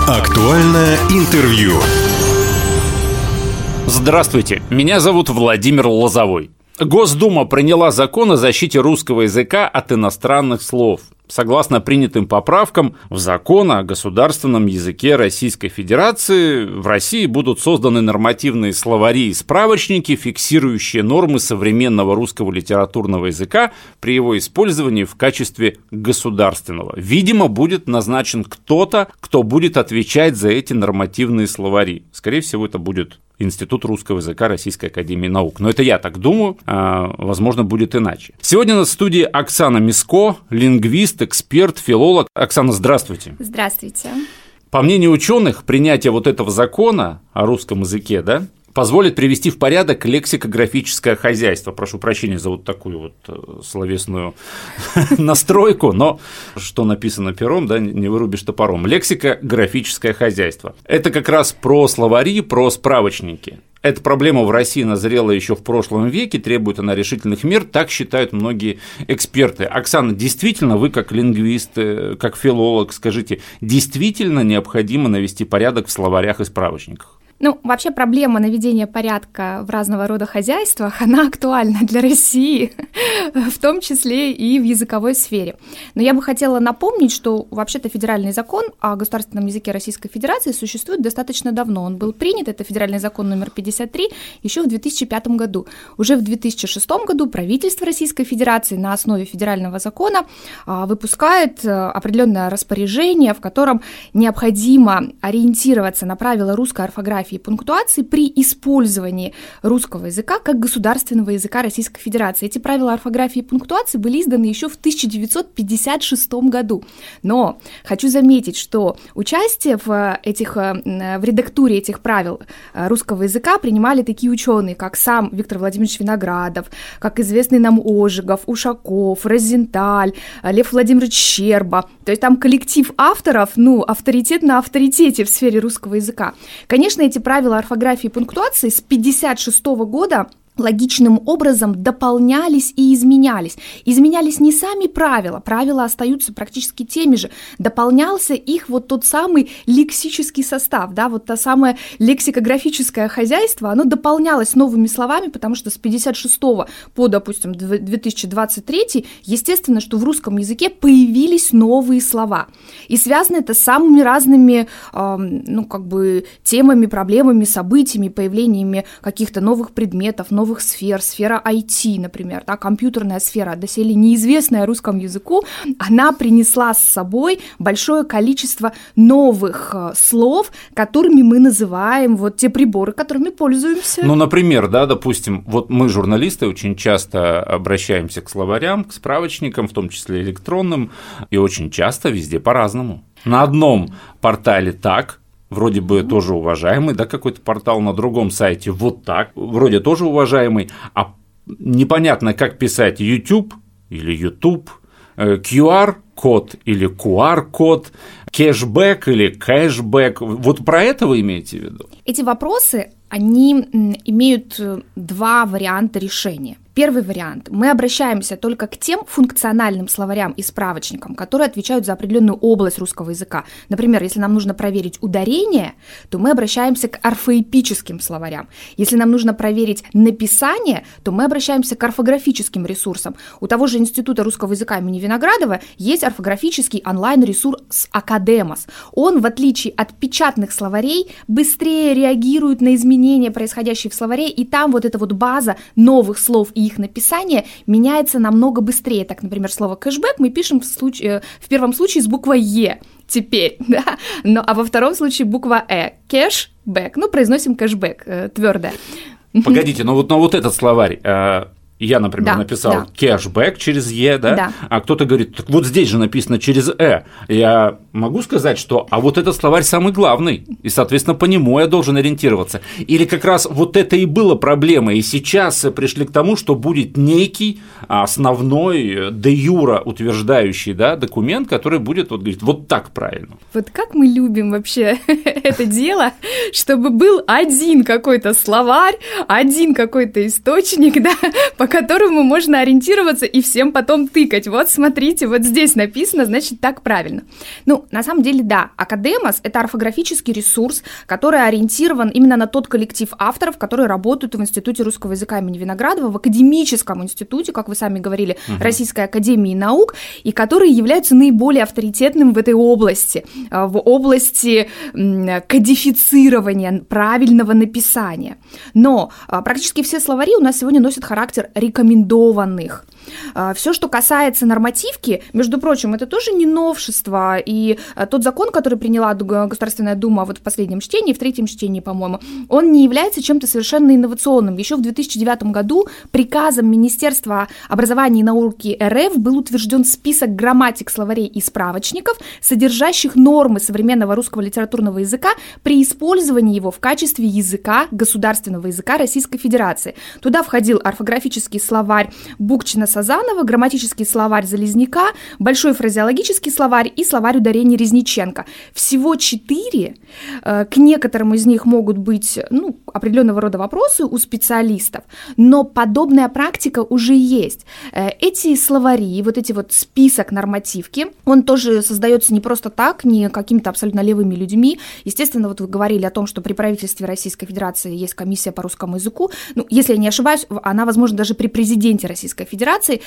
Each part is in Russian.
Актуальное интервью. Здравствуйте, меня зовут Владимир Лозовой. Госдума приняла закон о защите русского языка от иностранных слов. Согласно принятым поправкам в закон о государственном языке Российской Федерации, в России будут созданы нормативные словари и справочники, фиксирующие нормы современного русского литературного языка при его использовании в качестве государственного. Видимо, будет назначен кто-то, кто будет отвечать за эти нормативные словари. Скорее всего, это будет Институт русского языка Российской академии наук. Но это я так думаю, возможно, будет иначе. Сегодня на студии Оксана Миско, лингвист, эксперт, филолог. Оксана, здравствуйте. Здравствуйте. По мнению ученых, принятие вот этого закона о русском языке, позволит привести в порядок лексикографическое хозяйство. Прошу прощения за вот такую вот словесную настройку, но что написано пером, не вырубишь топором. Лексикографическое хозяйство. Это как раз про словари, про справочники. Эта проблема в России назрела еще в прошлом веке, требует она решительных мер, так считают многие эксперты. Оксана, действительно, вы как лингвист, как филолог, скажите, действительно необходимо навести порядок в словарях и справочниках? Вообще проблема наведения порядка в разного рода хозяйствах, она актуальна для России, в том числе и в языковой сфере. Но я бы хотела напомнить, что вообще-то федеральный закон о государственном языке Российской Федерации существует достаточно давно. Он был принят, это федеральный закон номер 53, еще в 2005 году. Уже в 2006 году правительство Российской Федерации на основе федерального закона выпускает определенное распоряжение, в котором необходимо ориентироваться на правила русской орфографии и пунктуации при использовании русского языка как государственного языка Российской Федерации. Эти правила орфографии и пунктуации были изданы еще в 1956 году. Но хочу заметить, что участие в редактуре этих правил русского языка принимали такие ученые, как сам Виктор Владимирович Виноградов, как известный нам Ожегов, Ушаков, Розенталь, Лев Владимирович Щерба. То есть там коллектив авторов, авторитет на авторитете в сфере русского языка. Конечно, эти правила орфографии и пунктуации с 1956 года логичным образом дополнялись и изменялись. Изменялись не сами правила остаются практически теми же, дополнялся их тот самый лексический состав, то самое лексикографическое хозяйство, оно дополнялось новыми словами, потому что с 1956 по, допустим, 2023, естественно, что в русском языке появились новые слова. И связано это с самыми разными, темами, проблемами, событиями, появлениями каких-то новых предметов, новых сфер, сфера IT, например, компьютерная сфера, доселе неизвестная русскому языку, она принесла с собой большое количество новых слов, которыми мы называем те приборы, которыми пользуемся. Например, допустим, мы, журналисты, очень часто обращаемся к словарям, к справочникам, в том числе электронным, и очень часто везде по-разному. На одном портале так, вроде бы тоже уважаемый, какой-то портал, на другом сайте так, вроде тоже уважаемый, а непонятно, как писать YouTube или YouTube, QR-код или QR-код, кэшбэк или кэшбэк. Про это вы имеете в виду? Эти вопросы, они имеют два варианта решения. Первый вариант. Мы обращаемся только к тем функциональным словарям и справочникам, которые отвечают за определенную область русского языка. Например, если нам нужно проверить ударение, то мы обращаемся к орфоэпическим словарям. Если нам нужно проверить написание, то мы обращаемся к орфографическим ресурсам. У того же Института русского языка имени Виноградова есть орфографический онлайн-ресурс Академос. Он, в отличие от печатных словарей, быстрее реагирует на изменения, происходящие в словаре, и там эта база новых слов и их написание меняется намного быстрее. Так, например, слово «кэшбэк» мы пишем в первом случае с буквой «е» теперь, а во втором случае буква «э». Кэшбэк, произносим кэшбэк, твердое. Погодите, но этот словарь, я, например, написал кэшбэк через «е», а кто-то говорит, так здесь же написано через «э». Я могу сказать, что этот словарь самый главный, и, соответственно, по нему я должен ориентироваться. Или как раз это и было проблемой, и сейчас пришли к тому, что будет некий основной де юра утверждающий документ, который будет говорить, так правильно. Как мы любим вообще это дело, чтобы был один какой-то словарь, один какой-то источник, по которому можно ориентироваться и всем потом тыкать. Смотрите, здесь написано, значит, так правильно. на самом деле, да, Академос – это орфографический ресурс, который ориентирован именно на тот коллектив авторов, которые работают в Институте русского языка имени Виноградова, в академическом институте, как вы сами говорили, Российской академии наук, и которые являются наиболее авторитетным в этой области, в области кодифицирования, правильного написания. Но практически все словари у нас сегодня носят характер рекомендованных. Все, что касается нормативки, между прочим, это тоже не новшество, и тот закон, который приняла Государственная Дума вот в последнем чтении, в третьем чтении, по-моему, он не является чем-то совершенно инновационным. Еще в 2009 году приказом Министерства образования и науки РФ был утвержден список грамматик, словарей и справочников, содержащих нормы современного русского литературного языка при использовании его в качестве языка, государственного языка Российской Федерации. Туда входил орфографический словарь Букчина-Сазанова, грамматический словарь Залезняка, большой фразеологический словарь и словарь ударений Резниченко. Всего 4, к некоторым из них могут быть определенного рода вопросы у специалистов, но подобная практика уже есть. Эти словари, вот эти вот список нормативки, он тоже создается не просто так, не какими-то абсолютно левыми людьми. Естественно, вот вы говорили о том, что при правительстве Российской Федерации есть комиссия по русскому языку. Если я не ошибаюсь, она, возможно, даже при президенте Российской Федерации,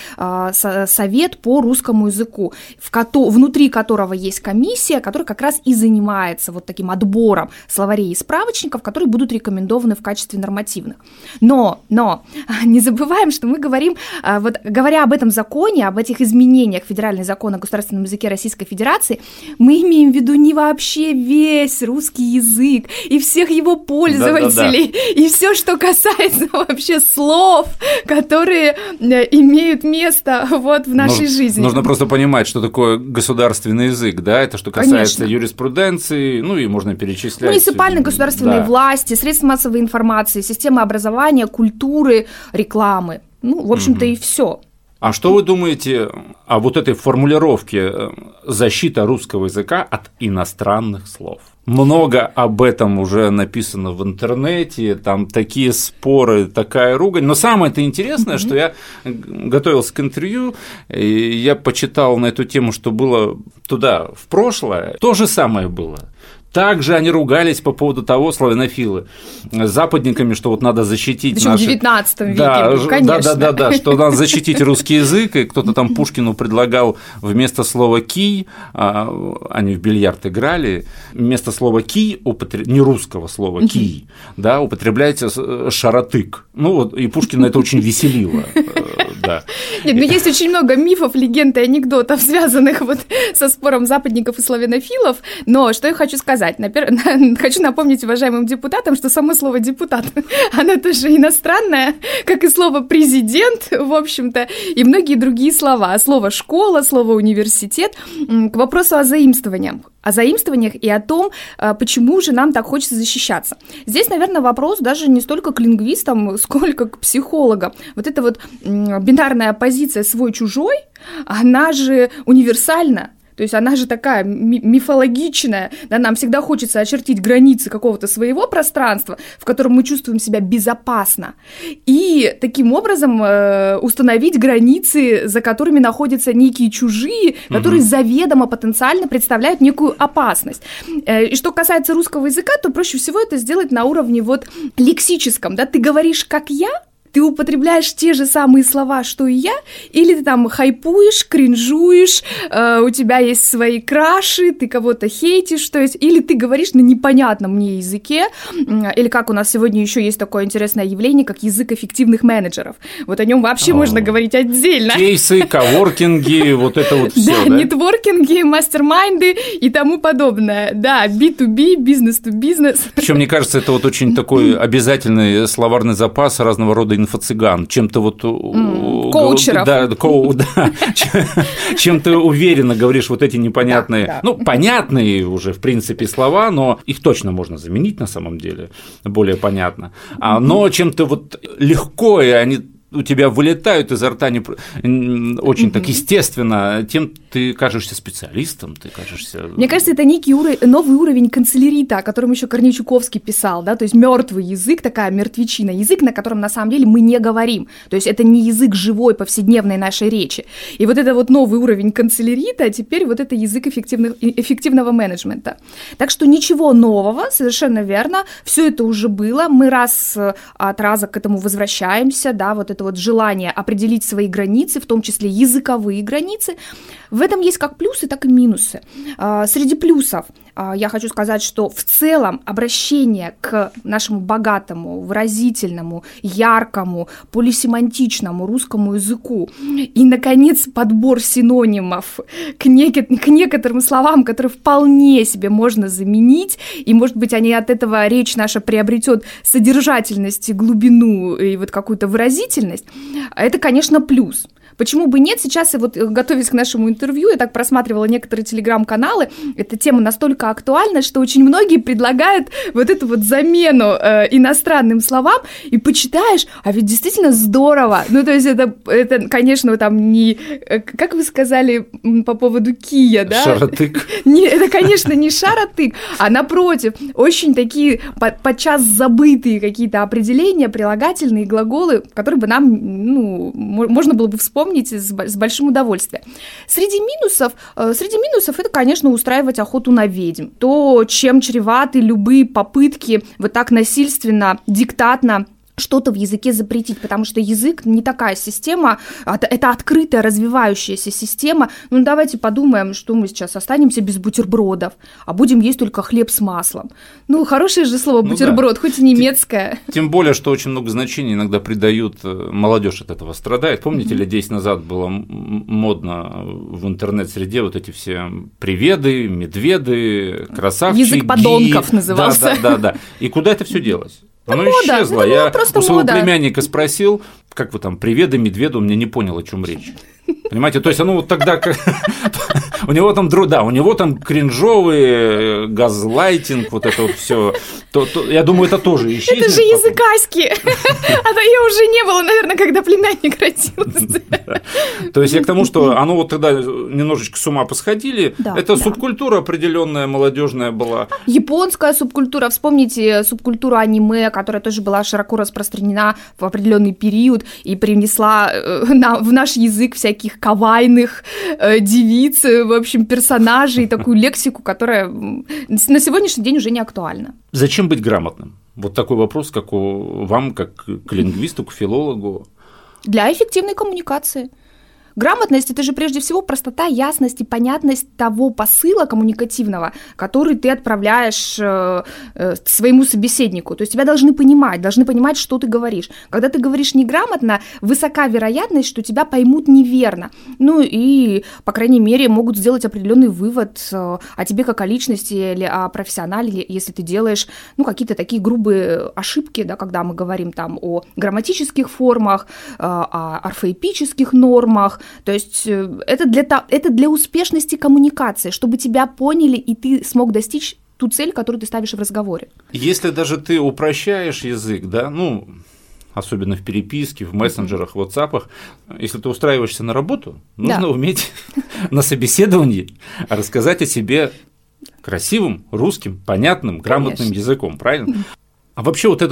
совет по русскому языку, внутри которого есть комиссия, которая как раз и занимается вот таким отбором словарей и справочников, которые будут рекомендованы в качестве нормативных. Но не забываем, что мы говорим, вот говоря об этом законе, об этих изменениях в Федеральный закон о государственном языке Российской Федерации, мы имеем в виду не вообще весь русский язык и всех его пользователей, и все, что касается вообще слов, которые имеют место вот в нашей жизни. Нужно просто понимать, что такое государственный язык, да, это что касается Конечно. Юриспруденции, и можно перечислять. Муниципальной государственной власти, средств массовой информации, системы образования, культуры, рекламы. В общем-то, и все. А что вы думаете о вот этой формулировке «защита русского языка от иностранных слов»? Много об этом уже написано в интернете, там такие споры, такая ругань. Но самое-то интересное, что я готовился к интервью, и я почитал на эту тему, что было туда в прошлое, то же самое было. Также они ругались по поводу того, славянофилы, с западниками, что вот надо защитить в 19 веке, конечно. Да, что надо защитить русский язык, и кто-то там Пушкину предлагал вместо слова «кий», они в бильярд играли, вместо слова «кий», не русского слова «кий», да, употребляется «шаротык». И Пушкина это очень веселило. Да. Нет, есть очень много мифов, легенд и анекдотов, связанных вот со спором западников и славянофилов, но что я хочу сказать? Хочу напомнить уважаемым депутатам, что само слово «депутат», оно тоже иностранное, как и слово «президент», в общем-то, и многие другие слова. Слово «школа», слово «университет». К вопросу о заимствованиях и о том, почему же нам так хочется защищаться. Здесь, наверное, вопрос даже не столько к лингвистам, сколько к психологам. Вот эта вот бинарная позиция «свой-чужой», она же универсальна. То есть она же такая мифологичная, да, нам всегда хочется очертить границы какого-то своего пространства, в котором мы чувствуем себя безопасно, и таким образом установить границы, за которыми находятся некие чужие, которые заведомо потенциально представляют некую опасность. И что касается русского языка, то проще всего это сделать на уровне вот лексическом, да, ты говоришь «как я», ты употребляешь те же самые слова, что и я, или ты там хайпуешь, кринжуешь, у тебя есть свои краши, ты кого-то хейтишь, то есть, или ты говоришь на непонятном мне языке, или как у нас сегодня еще есть такое интересное явление, как язык эффективных менеджеров. Вот о нем вообще можно говорить отдельно. Кейсы, коворкинги, вот это вот все, да? Нетворкинги, мастер-майнды и тому подобное. Да, B2B, бизнес-to-бизнес. Причем, мне кажется, это вот очень такой обязательный словарный запас разного рода инфо-цыган, чем-то вот… Коучеров. Да, чем ты уверенно говоришь вот эти непонятные, понятные уже, в принципе, слова, но их точно можно заменить на самом деле, более понятно, но чем-то вот легко, и они у тебя вылетают изо рта очень так естественно, тем ты кажешься специалистом, ты кажешься… Мне кажется, это некий новый уровень канцелярита, о котором еще Корней Чуковский писал, да, то есть мертвый язык, такая мертвечина, язык, на котором на самом деле мы не говорим, то есть это не язык живой повседневной нашей речи. И вот это вот новый уровень канцелярита, а теперь вот это язык эффективного менеджмента. Так что ничего нового, совершенно верно, все это уже было, мы раз от раза к этому возвращаемся, да, вот это вот желание определить свои границы, в том числе языковые границы. В этом есть как плюсы, так и минусы. Среди плюсов я хочу сказать, что в целом обращение к нашему богатому, выразительному, яркому, полисемантичному русскому языку и, наконец, подбор синонимов к некоторым словам, которые вполне себе можно заменить, и, может быть, от этого речь наша приобретет содержательность, глубину и вот какую-то выразительность, это, конечно, плюс. Почему бы нет? Сейчас, вот, готовясь к нашему интервью, я так просматривала некоторые телеграм-каналы, эта тема настолько актуальна, что очень многие предлагают вот эту вот замену иностранным словам, и почитаешь, а ведь действительно здорово. Ну, то есть это конечно, там не, как вы сказали по поводу кия, да? Шаротык. Это, конечно, не шаротык, а напротив, очень такие подчас забытые какие-то определения, прилагательные, глаголы, которые бы нам, можно было бы вспомнить с большим удовольствием. Среди минусов это, конечно, устраивать охоту на ведьм. То, чем чреваты любые попытки вот так насильственно, диктатно что-то в языке запретить, потому что язык не такая система, это открытая, развивающаяся система. Ну, давайте подумаем, что мы сейчас останемся без бутербродов, а будем есть только хлеб с маслом. Ну, хорошее же слово бутерброд, да. Хоть и немецкое. Тем более, что очень много значений иногда придают, молодежь от этого страдает. Помните, лет 10 назад было модно в интернет-среде вот эти все приведы, медведы, красавчики. Язык подонков назывался. Да. И куда это все делось? Оно мода, исчезло. Я у своего племянника спросил, как вы там, приведы, медведу, он мне не понял, о чем речь. Понимаете, то есть оно вот тогда, у него там кринжовый газлайтинг, вот это вот все. Я думаю, это тоже исчезнет. Это же языкаськи. А то я уже не было, наверное, когда племянник родился. То есть я к тому, что оно вот тогда немножечко с ума посходили. Это субкультура определенная, молодежная была. Японская субкультура. Вспомните субкультуру аниме, которая тоже была широко распространена в определенный период и принесла в наш язык всяких кавайных девиц, в общем, персонажей, такую лексику, которая на сегодняшний день уже не актуальна. Зачем быть грамотным? Вот такой вопрос, как вам, как к лингвисту, к филологу. Для эффективной коммуникации. Грамотность – это же прежде всего простота, ясность и понятность того посыла коммуникативного, который ты отправляешь своему собеседнику. То есть тебя должны понимать, что ты говоришь. Когда ты говоришь неграмотно, высока вероятность, что тебя поймут неверно. Ну и, по крайней мере, могут сделать определенный вывод о тебе как о личности или о профессионале, если ты делаешь какие-то такие грубые ошибки, да, когда мы говорим там о грамматических формах, о орфоэпических нормах. То есть это для успешности коммуникации, чтобы тебя поняли, и ты смог достичь ту цель, которую ты ставишь в разговоре. Если даже ты упрощаешь язык, да, особенно в переписке, в мессенджерах, в WhatsApp, если ты устраиваешься на работу, нужно уметь на собеседовании рассказать о себе красивым, русским, понятным, грамотным языком, правильно? А вообще вот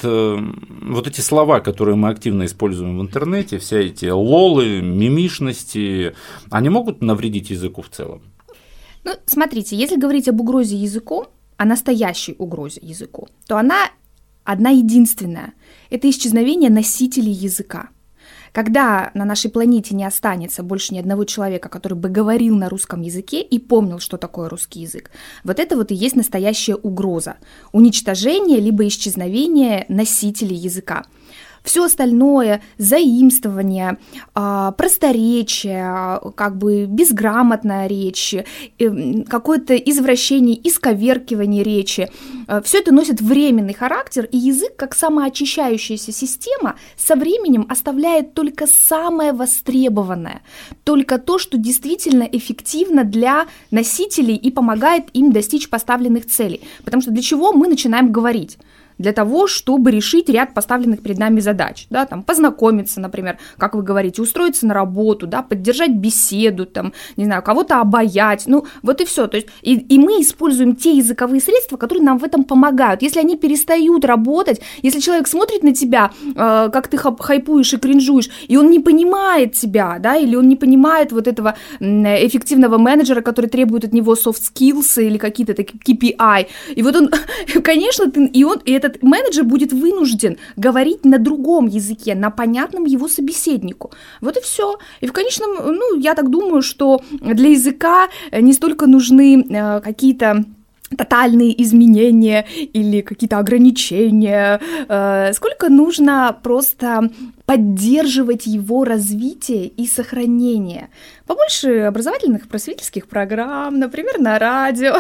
эти слова, которые мы активно используем в интернете, все эти лолы, мимишности, они могут навредить языку в целом? Смотрите, если говорить об угрозе языку, о настоящей угрозе языку, то она одна единственная – это исчезновение носителей языка. Когда на нашей планете не останется больше ни одного человека, который бы говорил на русском языке и помнил, что такое русский язык, вот это вот и есть настоящая угроза – уничтожение либо исчезновение носителей языка. Все остальное, заимствование, просторечие, безграмотная речь, какое-то извращение, исковеркивание речи, все это носит временный характер, и язык, как самоочищающаяся система, со временем оставляет только самое востребованное, только то, что действительно эффективно для носителей и помогает им достичь поставленных целей. Потому что для чего мы начинаем говорить? для того, чтобы решить ряд поставленных перед нами задач, да, там, познакомиться, например, как вы говорите, устроиться на работу, да, поддержать беседу, там, не знаю, кого-то обаять, ну, вот и все, то есть, и мы используем те языковые средства, которые нам в этом помогают. Если они перестают работать, если человек смотрит на тебя, как ты хайпуешь и кринжуешь, и он не понимает тебя, да, или он не понимает вот этого эффективного менеджера, который требует от него soft skills или какие-то такие KPI, и вот он, конечно, и этот менеджер будет вынужден говорить на другом языке, на понятном его собеседнику. Вот и все. И в конечном, ну, я так думаю, что для языка не столько нужны какие-то тотальные изменения или какие-то ограничения, сколько нужно просто поддерживать его развитие и сохранение. Побольше образовательных просветительских программ, например, на радио,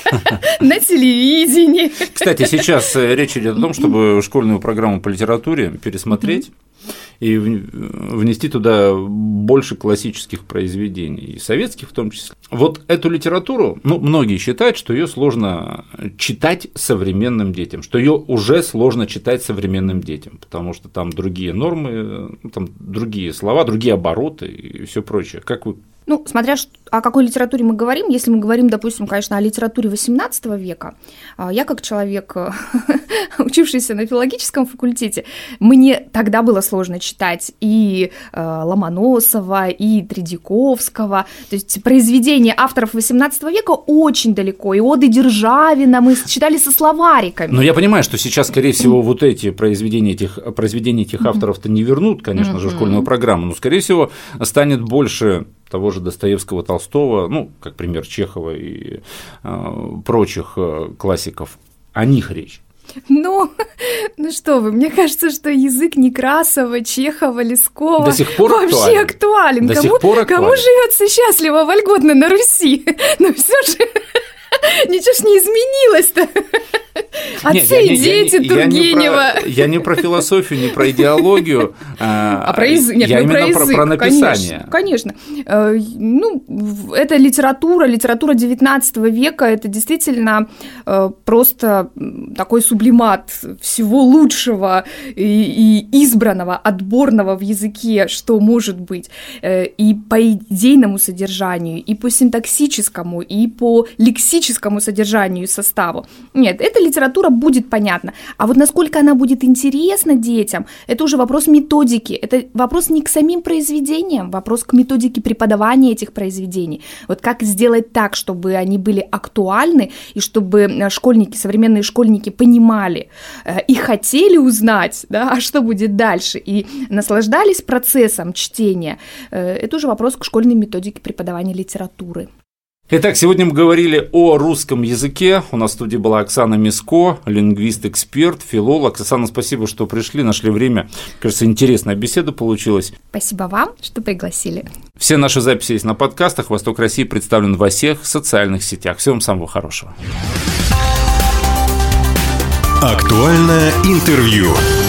на телевидении. Кстати, сейчас речь идет о том, чтобы школьную программу по литературе пересмотреть и внести туда больше классических произведений, и советских в том числе. Вот эту литературу, ну, многие считают, что ее сложно читать современным детям, что ее уже сложно читать современным детям, потому что там другие нормы, там другие слова, другие обороты и все прочее. Как вы? Ну, смотря о какой литературе мы говорим, если мы говорим, допустим, конечно, о литературе XVIII века, я как человек, учившийся на филологическом факультете, мне тогда было сложно читать и Ломоносова, и Тредяковского, то есть произведения авторов XVIII века очень далеко, и оды Державина мы читали со словариками. Но я понимаю, что сейчас, скорее всего, вот эти произведения этих авторов-то не вернут, конечно же, в школьную программу, но, скорее всего, станет больше того же Достоевского, Толстого, ну, как пример Чехова и прочих классиков, о них речь. Ну что вы, мне кажется, что язык Некрасова, Чехова, Лескова до сих пор вообще актуален. Кому живется счастливо, вольготно на Руси? Но все же ничего ж не изменилось-то. Отцы и дети Тургенева. Я не про философию, не про идеологию, а про язык. Нет, я именно про написание. Конечно. Ну, это литература XIX века, это действительно просто такой сублимат всего лучшего и избранного, отборного в языке, что может быть, и по идейному содержанию, и по синтаксическому, и по лексическому содержанию и составу. Нет, эта литература будет понятна. А вот насколько она будет интересна детям, это уже вопрос методики. Это вопрос не к самим произведениям, вопрос к методике преподавания этих произведений. Вот как сделать так, чтобы они были актуальны, и чтобы школьники, современные школьники понимали и хотели узнать, да, а что будет дальше, и наслаждались процессом чтения. Это уже вопрос к школьной методике преподавания литературы. Итак, сегодня мы говорили о русском языке. У нас в студии была Оксана Миско, лингвист-эксперт, филолог. Оксана, спасибо, что пришли, нашли время. Кажется, интересная беседа получилась. Спасибо вам, что пригласили. Все наши записи есть на подкастах. «Восток России» представлен во всех социальных сетях. Всего вам самого хорошего. Актуальное интервью.